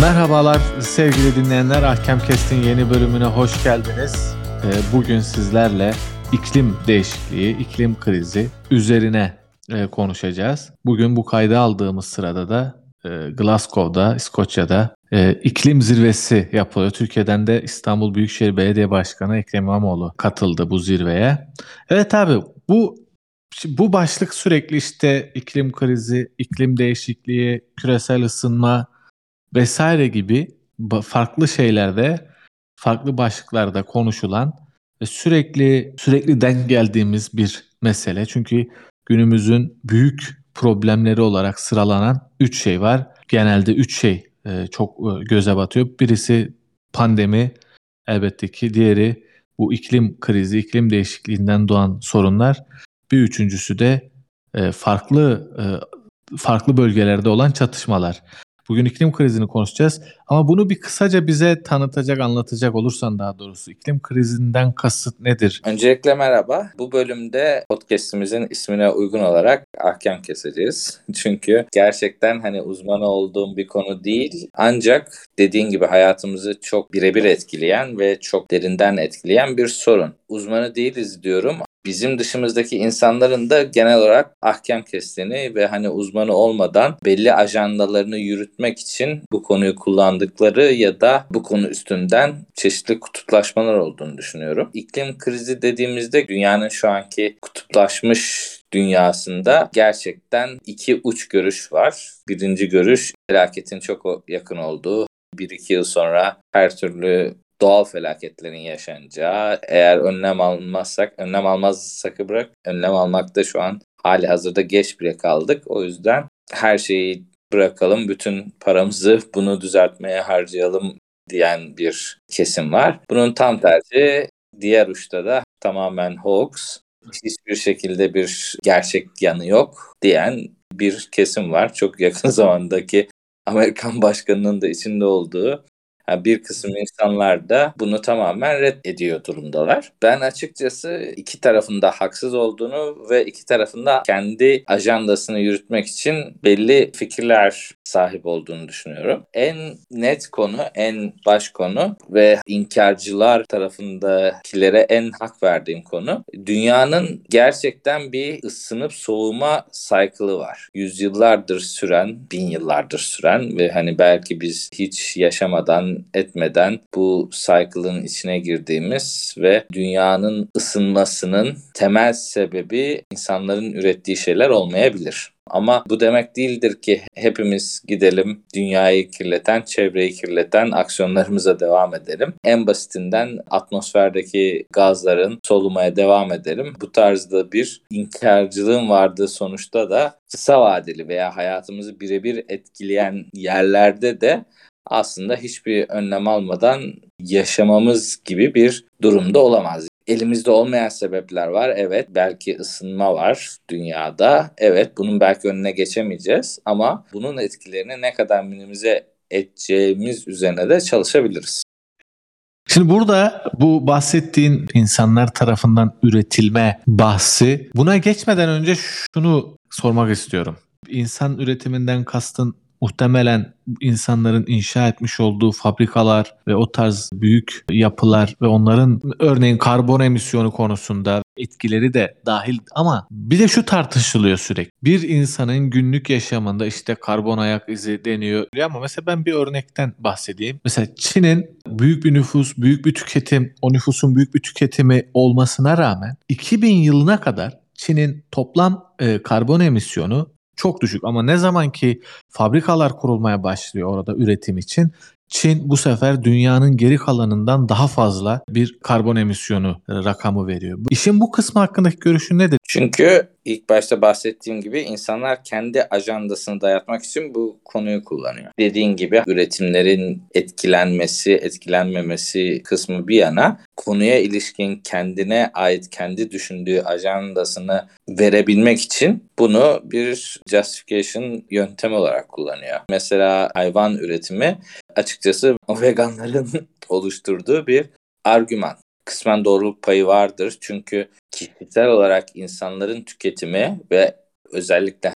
Merhabalar sevgili dinleyenler, Ahkam Kest'in yeni bölümüne hoş geldiniz. Bugün sizlerle iklim değişikliği, iklim krizi üzerine konuşacağız. Bugün bu kaydı aldığımız sırada da Glasgow'da, İskoçya'da iklim zirvesi yapılıyor. Türkiye'den de İstanbul Büyükşehir Belediye Başkanı Ekrem İmamoğlu katıldı bu zirveye. Evet abi, bu başlık sürekli işte iklim krizi, iklim değişikliği, küresel ısınma vesaire gibi farklı şeylerde, farklı başlıklarda konuşulan ve sürekli denk geldiğimiz bir mesele. Çünkü günümüzün büyük problemleri olarak sıralanan 3 şey var. Genelde 3 şey çok göze batıyor. Birisi pandemi, elbette ki diğeri bu iklim krizi, iklim değişikliğinden doğan sorunlar. Bir üçüncüsü de farklı bölgelerde olan çatışmalar. Bugün iklim krizini konuşacağız ama bunu bir kısaca bize tanıtacak, anlatacak olursan daha doğrusu iklim krizinden kasıt nedir? Öncelikle merhaba. Bu bölümde podcast'imizin ismine uygun olarak ahkam keseceğiz. Çünkü gerçekten uzmanı olduğum bir konu değil. Ancak dediğin gibi hayatımızı çok birebir etkileyen ve çok derinden etkileyen bir sorun. Uzmanı değiliz diyorum. Bizim dışımızdaki insanların da genel olarak ahkam kestiğini ve uzmanı olmadan belli ajandalarını yürütmek için bu konuyu kullandıkları ya da bu konu üstünden çeşitli kutuplaşmalar olduğunu düşünüyorum. İklim krizi dediğimizde dünyanın şu anki kutuplaşmış dünyasında gerçekten iki uç görüş var. Birinci görüş felaketin çok yakın olduğu, 1-2 yıl sonra her türlü doğal felaketlerin yaşanacağı, eğer önlem almazsak bırak, önlem almakta şu an hali hazırda geç bile kaldık. O yüzden her şeyi bırakalım, bütün paramızı bunu düzeltmeye harcayalım diyen bir kesim var. Bunun tam tersi diğer uçta da tamamen hoax, hiçbir şekilde bir gerçek yanı yok diyen bir kesim var. Çok yakın zamandaki Amerikan başkanının da içinde olduğu bir kısım insanlar da bunu tamamen reddediyor durumdalar. Ben açıkçası iki tarafın da haksız olduğunu ve iki tarafın da kendi ajandasını yürütmek için belli fikirler sahip olduğunu düşünüyorum. En net konu, en baş konu ve inkarcılar tarafındakilere en hak verdiğim konu, dünyanın gerçekten bir ısınıp soğuma cycle'ı var. Yüzyıllardır süren, bin yıllardır süren ve belki biz hiç yaşamadan etmeden bu cycle'ın içine girdiğimiz ve dünyanın ısınmasının temel sebebi insanların ürettiği şeyler olmayabilir. Ama bu demek değildir ki hepimiz gidelim dünyayı kirleten, çevreyi kirleten aksiyonlarımıza devam edelim. En basitinden atmosferdeki gazların solumaya devam edelim. Bu tarzda bir inkarcılığın vardığı sonuçta da kısa vadeli veya hayatımızı birebir etkileyen yerlerde de aslında hiçbir önlem almadan yaşamamız gibi bir durumda olamaz. Elimizde olmayan sebepler var. Evet, belki ısınma var dünyada. Evet, bunun belki önüne geçemeyeceğiz ama bunun etkilerini ne kadar minimize edeceğimiz üzerine de çalışabiliriz. Şimdi burada bu bahsettiğin insanlar tarafından üretilme bahsi, buna geçmeden önce şunu sormak istiyorum. İnsan üretiminden kastın muhtemelen insanların inşa etmiş olduğu fabrikalar ve o tarz büyük yapılar ve onların örneğin karbon emisyonu konusunda etkileri de dahil, ama bir de şu tartışılıyor sürekli. Bir insanın günlük yaşamında işte karbon ayak izi deniyor ama mesela ben bir örnekten bahsedeyim. Mesela Çin'in büyük bir nüfus, büyük bir tüketim, o nüfusun büyük bir tüketimi olmasına rağmen 2000 yılına kadar Çin'in toplam karbon emisyonu çok düşük, ama ne zaman ki fabrikalar kurulmaya başlıyor orada üretim için, Çin bu sefer dünyanın geri kalanından daha fazla bir karbon emisyonu rakamı veriyor. İşin bu kısmı hakkındaki görüşün nedir? Çünkü ilk başta bahsettiğim gibi insanlar kendi ajandasını dayatmak için bu konuyu kullanıyor. Dediğin gibi üretimlerin etkilenmesi, etkilenmemesi kısmı bir yana, konuya ilişkin kendine ait kendi düşündüğü ajandasını verebilmek için bunu bir justification yöntemi olarak kullanıyor. Mesela hayvan üretimi açıkçası o veganların oluşturduğu bir argüman. Kısmen doğruluk payı vardır çünkü kişisel olarak insanların tüketimi ve özellikle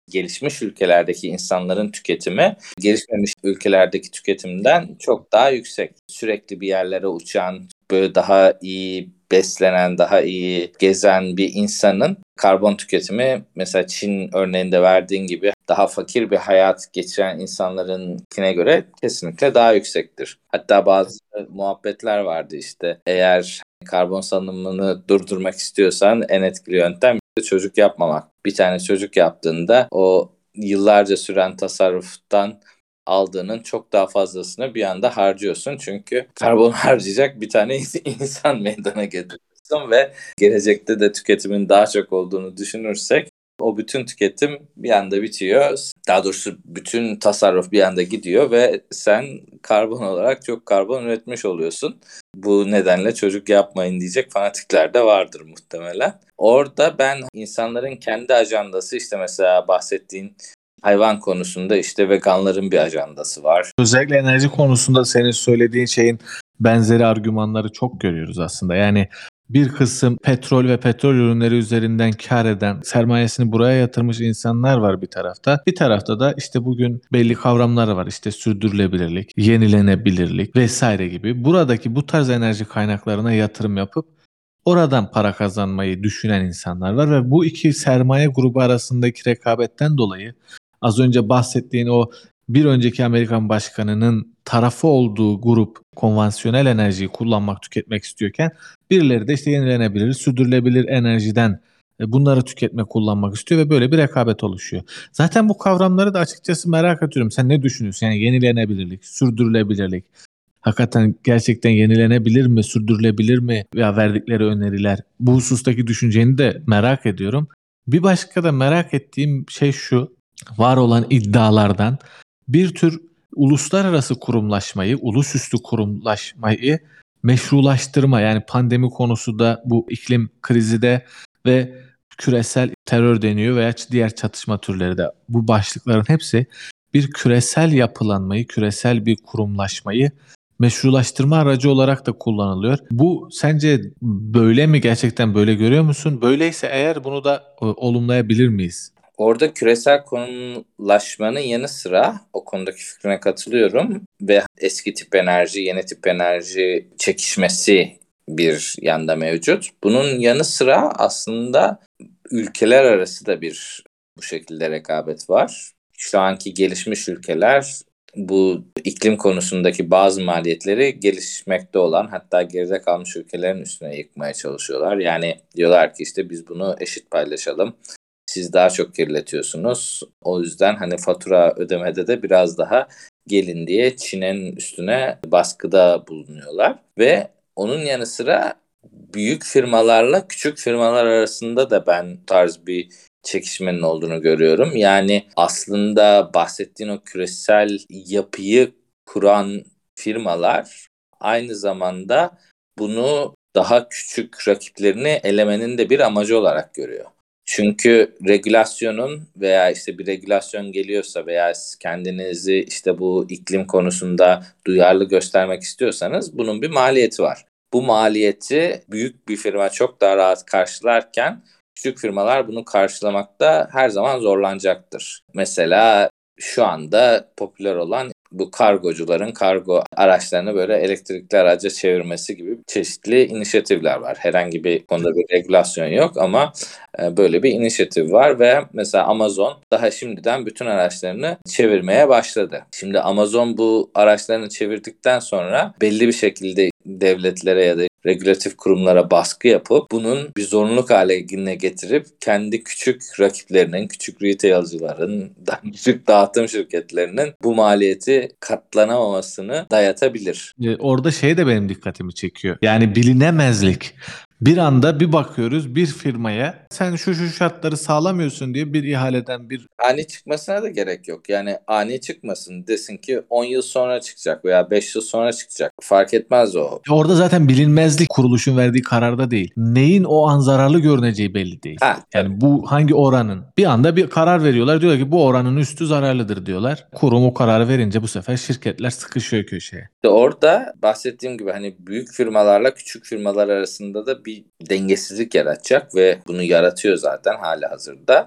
gelişmiş ülkelerdeki insanların tüketimi gelişmemiş ülkelerdeki tüketimden çok daha yüksek. Sürekli bir yerlere uçan, böyle daha iyi beslenen, daha iyi gezen bir insanın karbon tüketimi mesela Çin örneğinde verdiğin gibi daha fakir bir hayat geçiren insanlarınkine göre kesinlikle daha yüksektir. Hatta bazı muhabbetler vardı işte, eğer karbon salınımını durdurmak istiyorsan en etkili yöntem çocuk yapmamak. Bir tane çocuk yaptığında o yıllarca süren tasarruftan aldığının çok daha fazlasını bir anda harcıyorsun. Çünkü karbon harcayacak bir tane insan meydana getiriyorsun ve gelecekte de tüketimin daha çok olduğunu düşünürsek o bütün tüketim bir anda bitiyor. Daha doğrusu bütün tasarruf bir anda gidiyor ve sen karbon olarak çok karbon üretmiş oluyorsun. Bu nedenle çocuk yapmayın diyecek fanatikler de vardır muhtemelen. Orada ben insanların kendi ajandası, işte mesela bahsettiğin hayvan konusunda işte veganların bir ajandası var. Özellikle enerji konusunda senin söylediğin şeyin benzeri argümanları çok görüyoruz aslında. Yani bir kısım petrol ve petrol ürünleri üzerinden kar eden, sermayesini buraya yatırmış insanlar var bir tarafta. Bir tarafta da işte bugün belli kavramlar var. İşte sürdürülebilirlik, yenilenebilirlik vesaire gibi. Buradaki bu tarz enerji kaynaklarına yatırım yapıp oradan para kazanmayı düşünen insanlar var ve bu iki sermaye grubu arasındaki rekabetten dolayı az önce bahsettiğin o bir önceki Amerikan başkanının tarafı olduğu grup konvansiyonel enerjiyi kullanmak, tüketmek istiyorken birileri de işte yenilenebilir, sürdürülebilir enerjiden bunları tüketmek, kullanmak istiyor ve böyle bir rekabet oluşuyor. Zaten bu kavramları da açıkçası merak ediyorum. Sen ne düşünüyorsun? Yani yenilenebilirlik, sürdürülebilirlik. Hakikaten gerçekten yenilenebilir mi, sürdürülebilir mi veya verdikleri öneriler? Bu husustaki düşünceni de merak ediyorum. Bir başka da merak ettiğim şey şu: var olan iddialardan bir tür uluslararası kurumlaşmayı, ulusüstü kurumlaşmayı meşrulaştırma, yani pandemi konusu da, bu iklim krizi de ve küresel terör deniyor veya diğer çatışma türleri de, bu başlıkların hepsi bir küresel yapılanmayı, küresel bir kurumlaşmayı meşrulaştırma aracı olarak da kullanılıyor. Bu sence böyle mi? Gerçekten böyle görüyor musun? Böyleyse eğer bunu da olumlayabilir miyiz? Orada küresel konumlaşmanın yanı sıra o konudaki fikrine katılıyorum ve eski tip enerji, yeni tip enerji çekişmesi bir yanda mevcut. Bunun yanı sıra aslında ülkeler arası da bir bu şekilde rekabet var. Şu anki gelişmiş ülkeler bu iklim konusundaki bazı maliyetleri gelişmekte olan, hatta geride kalmış ülkelerin üstüne yıkmaya çalışıyorlar. Yani diyorlar ki işte biz bunu eşit paylaşalım. Siz daha çok kirletiyorsunuz. O yüzden hani fatura ödemede de biraz daha gelin diye Çin'in üstüne baskıda bulunuyorlar. Ve onun yanı sıra büyük firmalarla küçük firmalar arasında da ben tarz bir çekişmenin olduğunu görüyorum. Yani aslında bahsettiğin o küresel yapıyı kuran firmalar aynı zamanda bunu daha küçük rakiplerini elemenin de bir amacı olarak görüyor. Çünkü regülasyonun veya işte bir regülasyon geliyorsa veya kendinizi işte bu iklim konusunda duyarlı göstermek istiyorsanız bunun bir maliyeti var. Bu maliyeti büyük bir firma çok daha rahat karşılarken küçük firmalar bunu karşılamakta her zaman zorlanacaktır. Mesela şu anda popüler olan bu kargocuların kargo araçlarını böyle elektrikli araca çevirmesi gibi çeşitli inisiyatifler var. Herhangi bir konuda bir regülasyon yok ama böyle bir inisiyatif var ve mesela Amazon daha şimdiden bütün araçlarını çevirmeye başladı. Şimdi Amazon bu araçlarını çevirdikten sonra belli bir şekilde devletlere ya da regülatif kurumlara baskı yapıp bunun bir zorunluluk haline getirip kendi küçük rakiplerinin, küçük retailcıların, küçük dağıtım şirketlerinin bu maliyeti katlanamamasını dayatabilir. Orada şey de benim dikkatimi çekiyor. Yani bilinemezlik. Bir anda bir bakıyoruz bir firmaya, sen şu şartları sağlamıyorsun diye bir ihaleden bir... Ani çıkmasına da gerek yok. Yani ani çıkmasın, desin ki 10 yıl sonra çıkacak veya 5 yıl sonra çıkacak. Fark etmez o. Orada zaten bilinmezlik kuruluşun verdiği kararda değil. Neyin o an zararlı görüneceği belli değil. Tabii. Yani bu hangi oranın? Bir anda bir karar veriyorlar. Diyorlar ki bu oranın üstü zararlıdır diyorlar. Kurum o kararı verince bu sefer şirketler sıkışıyor köşeye. İşte orada bahsettiğim gibi hani büyük firmalarla küçük firmalar arasında da bir dengesizlik yaratacak ve bunu yaratıyor zaten hali hazırda.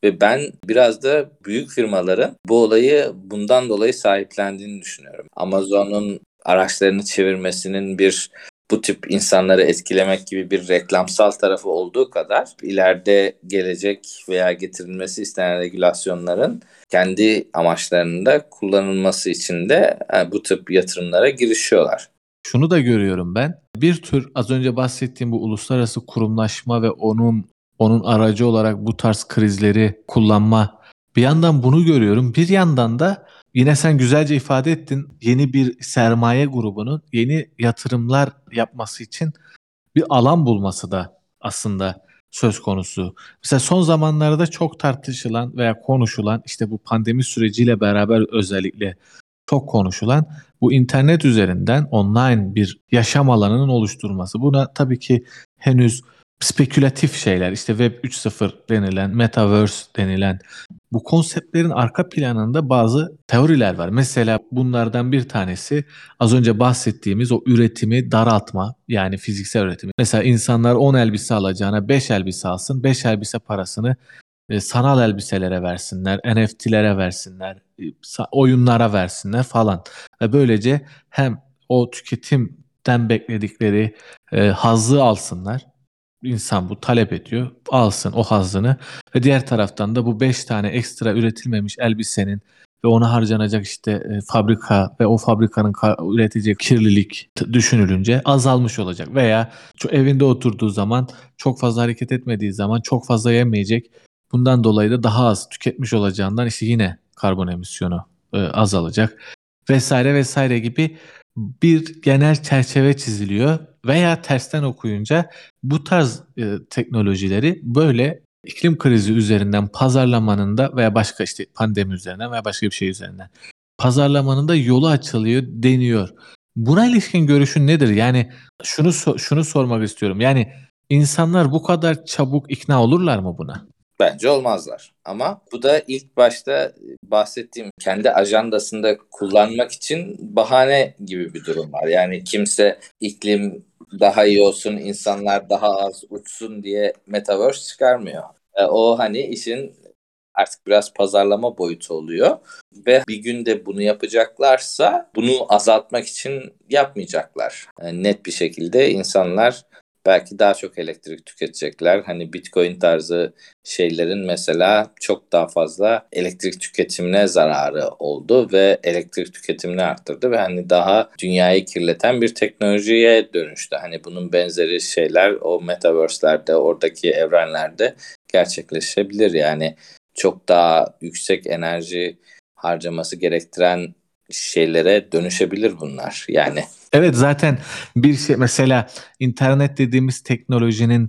ve ben biraz da büyük firmaların bu olayı bundan dolayı sahiplendiğini düşünüyorum. Amazon'un araçlarını çevirmesinin bu tip insanları etkilemek gibi bir reklamsal tarafı olduğu kadar ileride gelecek veya getirilmesi istenen regülasyonların kendi amaçlarında kullanılması için de bu tip yatırımlara girişiyorlar. Şunu da görüyorum ben. Bir tür az önce bahsettiğim bu uluslararası kurumlaşma ve onun aracı olarak bu tarz krizleri kullanma. Bir yandan bunu görüyorum. Bir yandan da yine sen güzelce ifade ettin. Yeni bir sermaye grubunun yeni yatırımlar yapması için bir alan bulması da aslında söz konusu. Mesela son zamanlarda çok tartışılan veya konuşulan işte bu pandemi süreciyle beraber özellikle çok konuşulan bu internet üzerinden online bir yaşam alanının oluşturulması. Buna tabii ki henüz spekülatif şeyler işte Web 3.0 denilen, Metaverse denilen bu konseptlerin arka planında bazı teoriler var. Mesela bunlardan bir tanesi az önce bahsettiğimiz o üretimi daraltma, yani fiziksel üretimi. Mesela insanlar 10 elbise alacağına 5 elbise alsın, 5 elbise parasını sanal elbiselere versinler, NFT'lere versinler, oyunlara versinler falan. Ve böylece hem o tüketimden bekledikleri hazzı alsınlar. İnsan bu talep ediyor. Alsın o hazzını. Ve diğer taraftan da bu 5 tane ekstra üretilmemiş elbisenin ve ona harcanacak işte fabrika ve o fabrikanın üreteceği kirlilik düşünülünce azalmış olacak. Veya evinde oturduğu zaman, çok fazla hareket etmediği zaman çok fazla yemeyecek. Bundan dolayı da daha az tüketmiş olacağından işte yine karbon emisyonu azalacak vesaire vesaire gibi bir genel çerçeve çiziliyor veya tersten okuyunca bu tarz teknolojileri böyle iklim krizi üzerinden pazarlamanın da veya başka işte pandemi üzerinden veya başka bir şey üzerinden pazarlamanın da yolu açılıyor deniyor. Buna ilişkin görüşün nedir? Yani şunu sormak istiyorum. Yani insanlar bu kadar çabuk ikna olurlar mı buna? Bence olmazlar. Ama bu da ilk başta bahsettiğim kendi ajandasında kullanmak için bahane gibi bir durum var. Yani kimse iklim daha iyi olsun, insanlar daha az uçsun diye Metaverse çıkarmıyor. O hani işin artık biraz pazarlama boyutu oluyor. Ve bir günde bunu yapacaklarsa bunu azaltmak için yapmayacaklar. Yani net bir şekilde insanlar belki daha çok elektrik tüketecekler. Hani Bitcoin tarzı şeylerin mesela çok daha fazla elektrik tüketimine zararı oldu ve elektrik tüketimini arttırdı ve hani daha dünyayı kirleten bir teknolojiye dönüştü. Hani bunun benzeri şeyler o metaverse'lerde, oradaki evrenlerde gerçekleşebilir. Yani çok daha yüksek enerji harcaması gerektiren şeylere dönüşebilir bunlar. Yani Evet, zaten bir şey mesela internet dediğimiz teknolojinin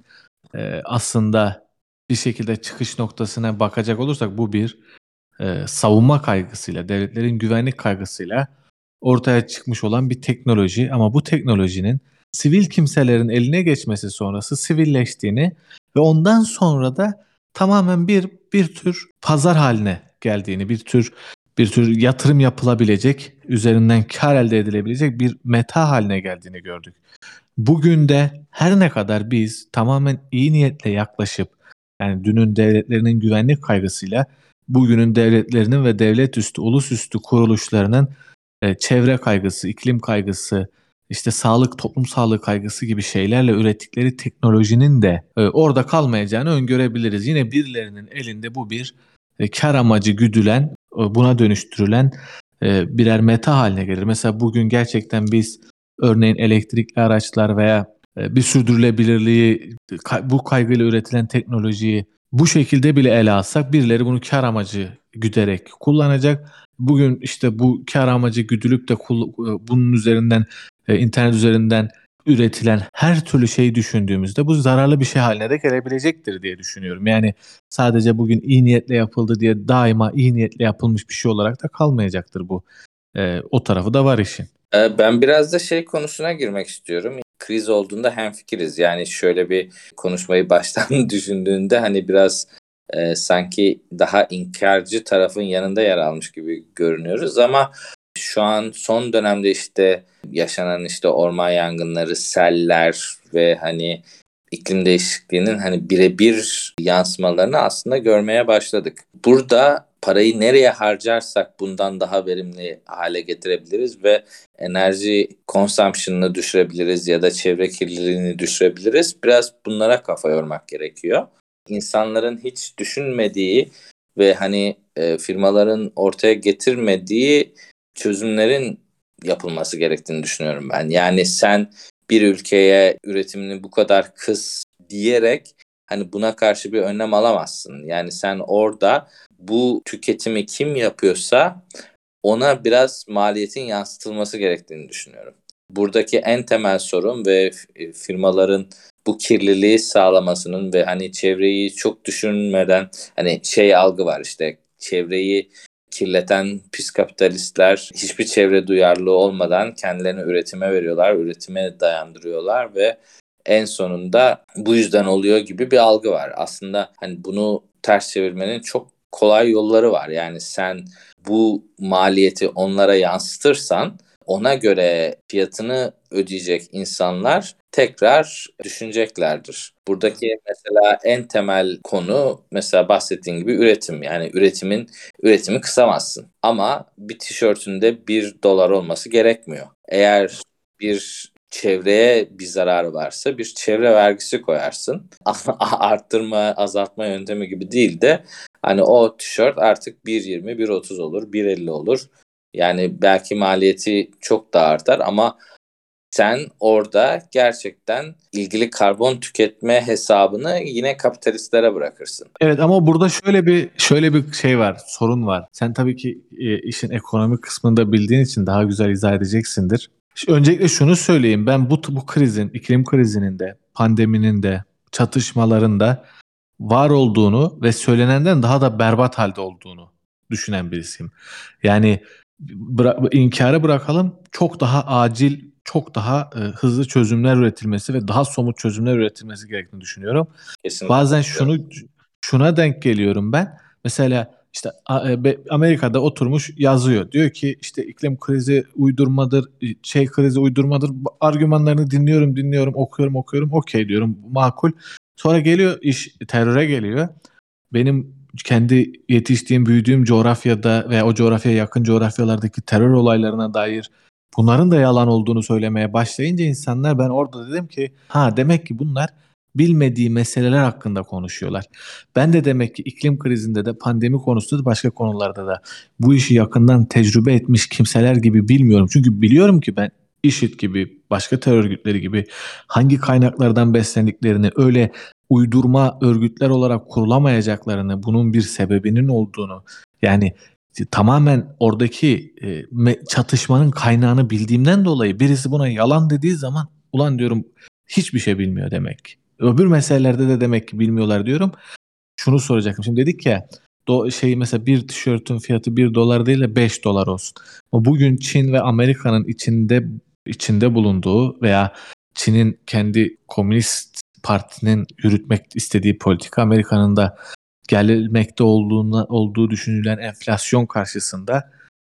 aslında bir şekilde çıkış noktasına bakacak olursak bu bir savunma kaygısıyla, devletlerin güvenlik kaygısıyla ortaya çıkmış olan bir teknoloji. Ama bu teknolojinin sivil kimselerin eline geçmesi sonrası sivilleştiğini ve ondan sonra da tamamen bir tür pazar haline geldiğini, bir tür yatırım yapılabilecek, üzerinden kar elde edilebilecek bir meta haline geldiğini gördük. Bugün de her ne kadar biz tamamen iyi niyetle yaklaşıp yani dünün devletlerinin güvenlik kaygısıyla bugünün devletlerinin ve devlet üstü, ulus üstü kuruluşlarının çevre kaygısı, iklim kaygısı, işte sağlık, toplum sağlığı kaygısı gibi şeylerle ürettikleri teknolojinin de orada kalmayacağını öngörebiliriz. Yine birilerinin elinde bu bir kar amacı güdülen, buna dönüştürülen birer meta haline gelir. Mesela bugün gerçekten biz örneğin elektrikli araçlar veya bir sürdürülebilirliği, bu kaygıyla üretilen teknolojiyi bu şekilde bile ele alsak birileri bunu kar amacı güderek kullanacak. Bugün işte bu kar amacı güdülüp de bunun üzerinden internet üzerinden üretilen her türlü şeyi düşündüğümüzde bu zararlı bir şey haline de gelebilecektir diye düşünüyorum. Yani sadece bugün iyi niyetle yapıldı diye daima iyi niyetle yapılmış bir şey olarak da kalmayacaktır bu. O tarafı da var işin. ben biraz da şey konusuna girmek istiyorum. Kriz olduğunda hemfikiriz. Yani şöyle bir konuşmayı baştan düşündüğünde hani biraz sanki daha inkarcı tarafın yanında yer almış gibi görünüyoruz ama şu an son dönemde işte yaşanan işte orman yangınları, seller ve hani iklim değişikliğinin hani birebir yansımalarını aslında görmeye başladık. Burada parayı nereye harcarsak bundan daha verimli hale getirebiliriz ve enerji consumption'ını düşürebiliriz ya da çevre kirliliğini düşürebiliriz. Biraz bunlara kafa yormak gerekiyor. İnsanların hiç düşünmediği ve hani firmaların ortaya getirmediği çözümlerin yapılması gerektiğini düşünüyorum ben. Yani sen bir ülkeye üretimini bu kadar kıs diyerek hani buna karşı bir önlem alamazsın. Yani sen orada bu tüketimi kim yapıyorsa ona biraz maliyetin yansıtılması gerektiğini düşünüyorum. Buradaki en temel sorun ve firmaların bu kirliliği sağlamasının ve hani çevreyi çok düşünmeden hani algı var işte çevreyi kirleten pis kapitalistler hiçbir çevre duyarlılığı olmadan kendilerini üretime veriyorlar, üretime dayandırıyorlar ve en sonunda bu yüzden oluyor gibi bir algı var. Aslında hani bunu ters çevirmenin çok kolay yolları var. Yani sen bu maliyeti onlara yansıtırsan ona göre fiyatını ödeyecek insanlar tekrar düşüneceklerdir. Buradaki mesela en temel konu mesela bahsettiğin gibi üretim. Yani üretimi kısamazsın. Ama bir tişörtünde $1 olması gerekmiyor. Eğer bir çevreye bir zararı varsa bir çevre vergisi koyarsın. Arttırma, azaltma yöntemi gibi değil de hani o tişört artık 1.20, 1.30 olur, 1.50 olur. Yani belki maliyeti çok da artar ama sen orada gerçekten ilgili karbon tüketme hesabını yine kapitalistlere bırakırsın. Evet ama burada şöyle bir şey var, sorun var. Sen tabii ki işin ekonomik kısmını da bildiğin için daha güzel izah edeceksindir. Öncelikle şunu söyleyeyim. Ben bu krizin, iklim krizinin de, pandeminin de, çatışmaların da var olduğunu ve söylenenden daha da berbat halde olduğunu düşünen birisiyim. Yani inkarı bırakalım, çok daha acil, çok daha hızlı çözümler üretilmesi ve daha somut çözümler üretilmesi gerektiğini düşünüyorum. Kesinlikle Bazen katılıyorum. şuna denk geliyorum ben. Mesela işte Amerika'da oturmuş yazıyor. Diyor ki işte iklim krizi uydurmadır, krizi uydurmadır. Argümanlarını dinliyorum, okuyorum. Okey diyorum, makul. Sonra geliyor iş teröre geliyor. Benim kendi yetiştiğim, büyüdüğüm coğrafyada veya o coğrafyaya yakın coğrafyalardaki terör olaylarına dair bunların da yalan olduğunu söylemeye başlayınca insanlar, ben orada dedim ki ha, demek ki bunlar bilmediği meseleler hakkında konuşuyorlar. Ben de demek ki iklim krizinde de, pandemi konusunda da, başka konularda da bu işi yakından tecrübe etmiş kimseler gibi bilmiyorum. Çünkü biliyorum ki ben IŞİD gibi, başka terör örgütleri gibi hangi kaynaklardan beslendiklerini, öyle uydurma örgütler olarak kurulamayacaklarını, bunun bir sebebinin olduğunu, yani tamamen oradaki çatışmanın kaynağını bildiğimden dolayı birisi buna yalan dediği zaman ulan diyorum, hiçbir şey bilmiyor demek. Öbür meselelerde de demek ki bilmiyorlar diyorum. Şunu soracaktım. Şimdi dedik ya, mesela bir tişörtün fiyatı $1 değil de $5 olsun. Ama bugün Çin ve Amerika'nın içinde bulunduğu veya Çin'in kendi komünist partinin yürütmek istediği politika, Amerika'nın da gelmekte olduğu düşünülen enflasyon karşısında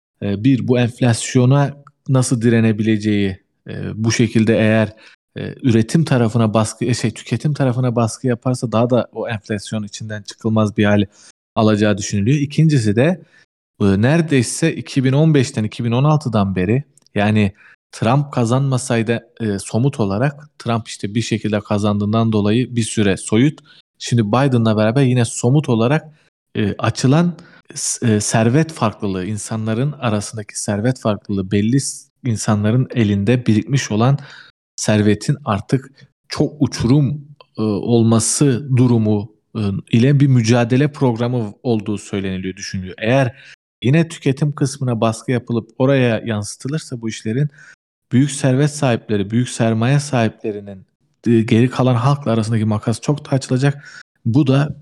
bu enflasyona nasıl direnebileceği, bu şekilde eğer üretim tarafına tüketim tarafına baskı yaparsa daha da o enflasyon içinden çıkılmaz bir hale alacağı düşünülüyor. İkincisi de neredeyse 2015'ten 2016'dan beri, yani Trump kazanmasaydı somut olarak, Trump işte bir şekilde kazandığından dolayı bir süre soyut. Şimdi Biden'la beraber yine somut olarak açılan servet farklılığı, insanların arasındaki servet farklılığı, belli insanların elinde birikmiş olan servetin artık çok uçurum olması durumu ile bir mücadele programı olduğu söyleniliyor, düşünülüyor. Eğer yine tüketim kısmına baskı yapılıp oraya yansıtılırsa bu işlerin, büyük servet sahipleri, büyük sermaye sahiplerinin geri kalan halkla arasındaki makas çok da açılacak. Bu da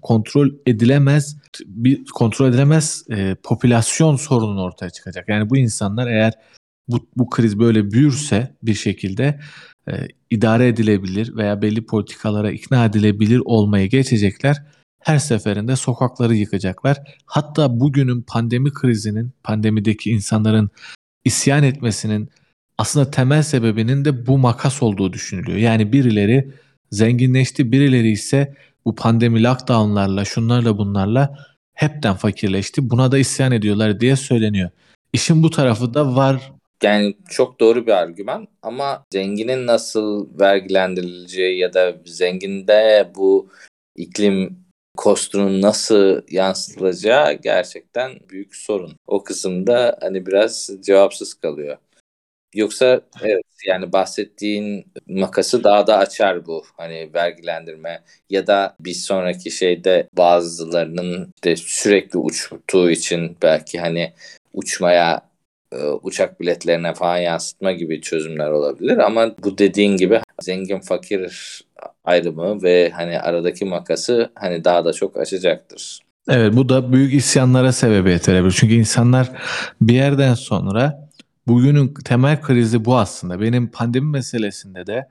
kontrol edilemez popülasyon sorunun ortaya çıkacak. Yani bu insanlar, eğer bu kriz böyle büyürse bir şekilde idare edilebilir veya belli politikalara ikna edilebilir olmayı geçecekler. Her seferinde sokakları yıkacaklar. Hatta bugünün pandemideki insanların isyan etmesinin aslında temel sebebinin de bu makas olduğu düşünülüyor. Yani birileri zenginleşti. Birileri ise bu pandemi lockdownlarla, şunlarla bunlarla hepten fakirleşti. Buna da isyan ediyorlar diye söyleniyor. İşin bu tarafı da var. Yani çok doğru bir argüman ama zenginin nasıl vergilendirileceği ya da zenginde bu iklim kostunun nasıl yansıtılacağı gerçekten büyük sorun. O kısımda hani biraz cevapsız kalıyor. Yoksa evet, yani bahsettiğin makası daha da açar bu hani vergilendirme ya da bir sonraki şeyde bazılarının de sürekli uçtuğu için belki hani uçmaya uçak biletlerine falan yansıtma gibi çözümler olabilir ama bu dediğin gibi zengin fakir ayrımı ve hani aradaki makası hani daha da çok açacaktır. Evet, bu da büyük isyanlara sebebiyet verebilir. Çünkü insanlar bir yerden sonra bugünün temel krizi bu aslında. Benim pandemi meselesinde de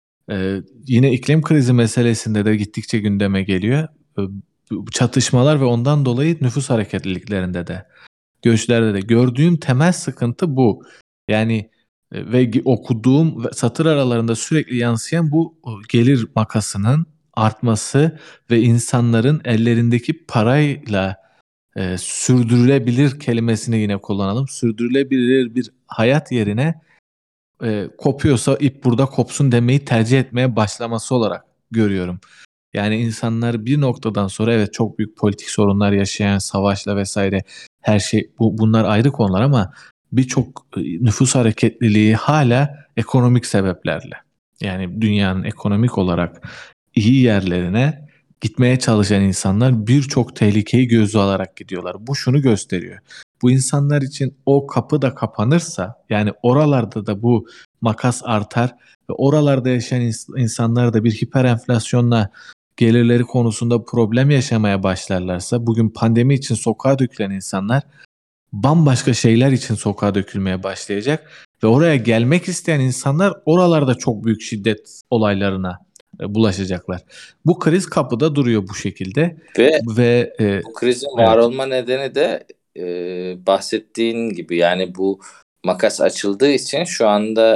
yine iklim krizi meselesinde de gittikçe gündeme geliyor. E, Bu çatışmalar ve ondan dolayı nüfus hareketliliklerinde de, göçlerde de gördüğüm temel sıkıntı bu. Yani ve okuduğum satır aralarında sürekli yansıyan bu gelir makasının artması ve insanların ellerindeki parayla sürdürülebilir kelimesini yine kullanalım. Sürdürülebilir bir hayat yerine kopuyorsa ip burada kopsun demeyi tercih etmeye başlaması olarak görüyorum. Yani insanlar bir noktadan sonra evet çok büyük politik sorunlar yaşayan, savaşla vesaire her şey bunlar ayrı konular ama birçok nüfus hareketliliği hala ekonomik sebeplerle. Yani dünyanın ekonomik olarak iyi yerlerine gitmeye çalışan insanlar birçok tehlikeyi göze alarak gidiyorlar. Bu şunu gösteriyor. Bu insanlar için o kapı da kapanırsa yani oralarda da bu makas artar ve oralarda yaşayan insanlar da bir hiperenflasyonla gelirleri konusunda problem yaşamaya başlarlarsa bugün pandemi için sokağa dökülen insanlar bambaşka şeyler için sokağa dökülmeye başlayacak ve oraya gelmek isteyen insanlar oralarda çok büyük şiddet olaylarına bulaşacaklar. Bu kriz kapıda duruyor bu şekilde Ve ve bu krizin var evet. olma nedeni de bahsettiğin gibi yani bu makas açıldığı için şu anda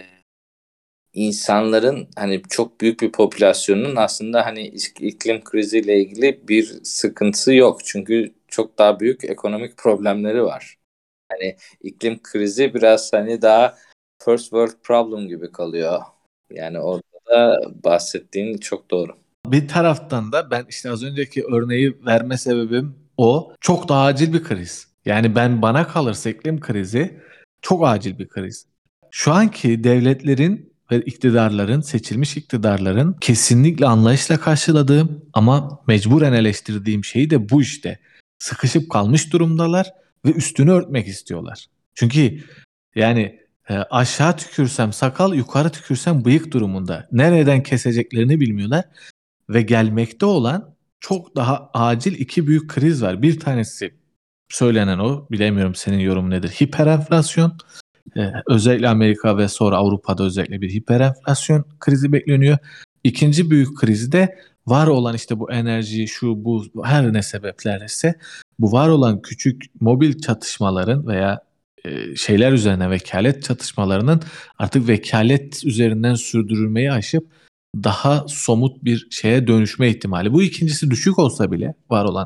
insanların hani çok büyük bir popülasyonun aslında hani iklim kriziyle ilgili bir sıkıntısı yok. Çünkü çok daha büyük ekonomik problemleri var. Hani iklim krizi biraz hani daha first world problem gibi kalıyor. Yani orada da bahsettiğin çok doğru. Bir taraftan da ben işte az önceki örneği verme sebebim o. Çok da acil bir kriz. Yani bana kalırsa iklim krizi çok acil bir kriz. Şu anki devletlerin ve iktidarların, seçilmiş iktidarların kesinlikle anlayışla karşıladığım ama mecburen eleştirdiğim şey de bu işte. Sıkışıp kalmış durumdalar ve üstünü örtmek istiyorlar. Çünkü yani aşağı tükürsem sakal, yukarı tükürsem bıyık durumunda. Nereden keseceklerini bilmiyorlar. Ve gelmekte olan çok daha acil iki büyük kriz var. Bir tanesi söylenen o, bilemiyorum senin yorumun nedir? Hiperenflasyon. Özellikle Amerika ve sonra Avrupa'da özellikle bir hiperenflasyon krizi bekleniyor. İkinci büyük krizi de var olan işte bu enerji, şu bu her ne sebeplerse bu var olan küçük mobil çatışmaların veya şeyler üzerine vekalet çatışmalarının artık vekalet üzerinden sürdürülmeyi aşıp daha somut bir şeye dönüşme ihtimali. Bu ikincisi düşük olsa bile var olan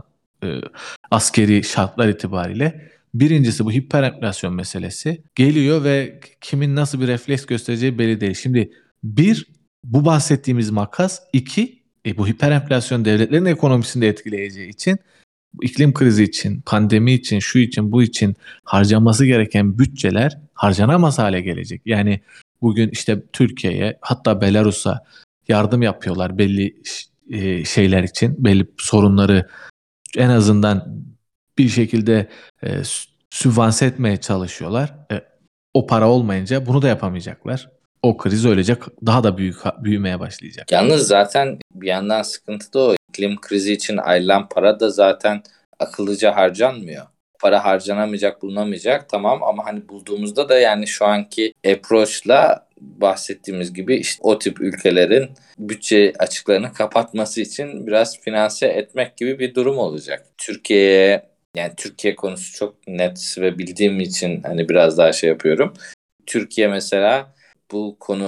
askeri şartlar itibariyle birincisi bu hiperenflasyon meselesi geliyor ve kimin nasıl bir refleks göstereceği belli değil. Şimdi bir bu bahsettiğimiz makas, iki bu hiperenflasyon devletlerin ekonomisini de etkileyeceği için iklim krizi için, pandemi için, şu için, bu için harcaması gereken bütçeler harcanamaz hale gelecek. Yani bugün işte Türkiye'ye hatta Belarus'a yardım yapıyorlar belli şeyler için, belli sorunları en azından bir şekilde sübvanse etmeye çalışıyorlar. O para olmayınca bunu da yapamayacaklar. O kriz öylece daha da büyümeye başlayacak. Yalnız zaten bir yandan sıkıntı da o. İklim krizi için ayrılan para da zaten akıllıca harcanmıyor. Para harcanamayacak, bulunamayacak tamam ama hani bulduğumuzda da yani şu anki approach'la bahsettiğimiz gibi işte o tip ülkelerin bütçe açıklarını kapatması için biraz finanse etmek gibi bir durum olacak. Türkiye'ye yani Türkiye konusu çok net ve bildiğim için hani biraz daha şey yapıyorum. Türkiye mesela bu konu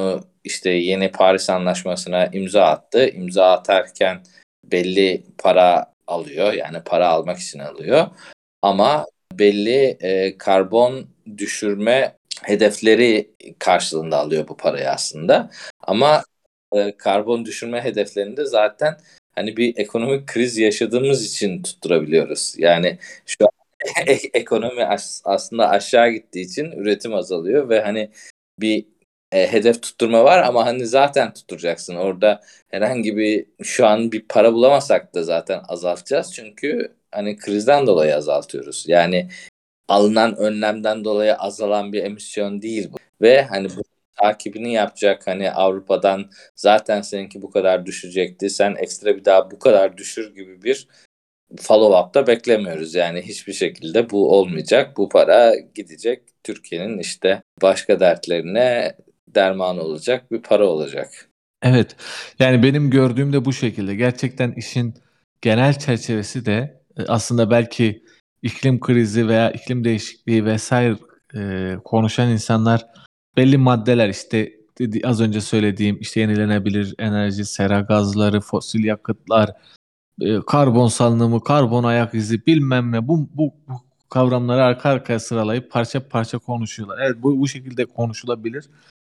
işte yeni Paris Anlaşması'na imza attı. İmza atarken belli para alıyor. Yani para almak için alıyor. Ama belli karbon düşürme hedefleri karşılığında alıyor bu parayı aslında. Ama karbon düşürme hedeflerinde zaten hani bir ekonomik kriz yaşadığımız için tutturabiliyoruz. Yani şu an ekonomi aslında aşağı gittiği için üretim azalıyor ve hani bir hedef tutturma var ama hani zaten tutturacaksın. Orada herhangi bir şu an bir para bulamasak da zaten azaltacağız. Çünkü hani krizden dolayı azaltıyoruz. Yani alınan önlemden dolayı azalan bir emisyon değil bu. Ve hani bu takibini yapacak hani Avrupa'dan zaten seninki bu kadar düşecekti. Sen ekstra bir daha bu kadar düşür gibi bir follow-up'ta beklemiyoruz. Yani hiçbir şekilde bu olmayacak. Bu para gidecek. Türkiye'nin işte başka dertlerine derman olacak bir para olacak. Evet. Yani benim gördüğüm de bu şekilde. Gerçekten işin genel çerçevesi de aslında belki iklim krizi veya iklim değişikliği vesaire konuşan insanlar belli maddeler işte az önce söylediğim işte yenilenebilir enerji, sera gazları, fosil yakıtlar, karbon salınımı, karbon ayak izi bilmem ne bu kavramları arka arkaya sıralayıp parça parça konuşuyorlar. Evet bu şekilde konuşulabilir.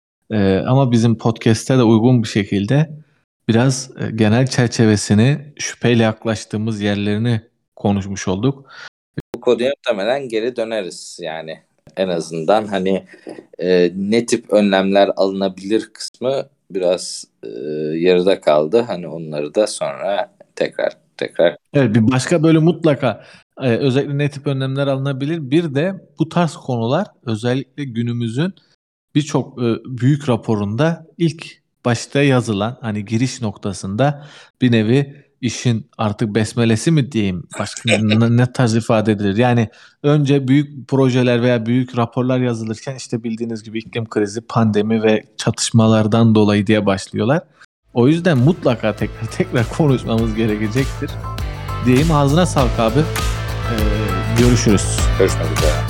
Ama bizim podcast'te de uygun bir şekilde biraz genel çerçevesini şüpheyle yaklaştığımız yerlerini konuşmuş olduk. Bu konuya muhtemelen geri döneriz yani. En azından hani ne tip önlemler alınabilir kısmı biraz yarıda kaldı. Hani onları da sonra tekrar. Evet bir başka bölüm mutlaka özellikle ne tip önlemler alınabilir. Bir de bu tarz konular özellikle günümüzün birçok büyük raporunda ilk başta yazılan hani giriş noktasında bir nevi işin artık besmelesi mi diyeyim başka ne tarz ifade edilir? Yani önce büyük projeler veya büyük raporlar yazılırken işte bildiğiniz gibi iklim krizi, pandemi ve çatışmalardan dolayı diye başlıyorlar. O yüzden mutlaka tekrar konuşmamız gerekecektir. Diyeyim ağzına sağlık abi. Görüşürüz. Görüşmek üzere.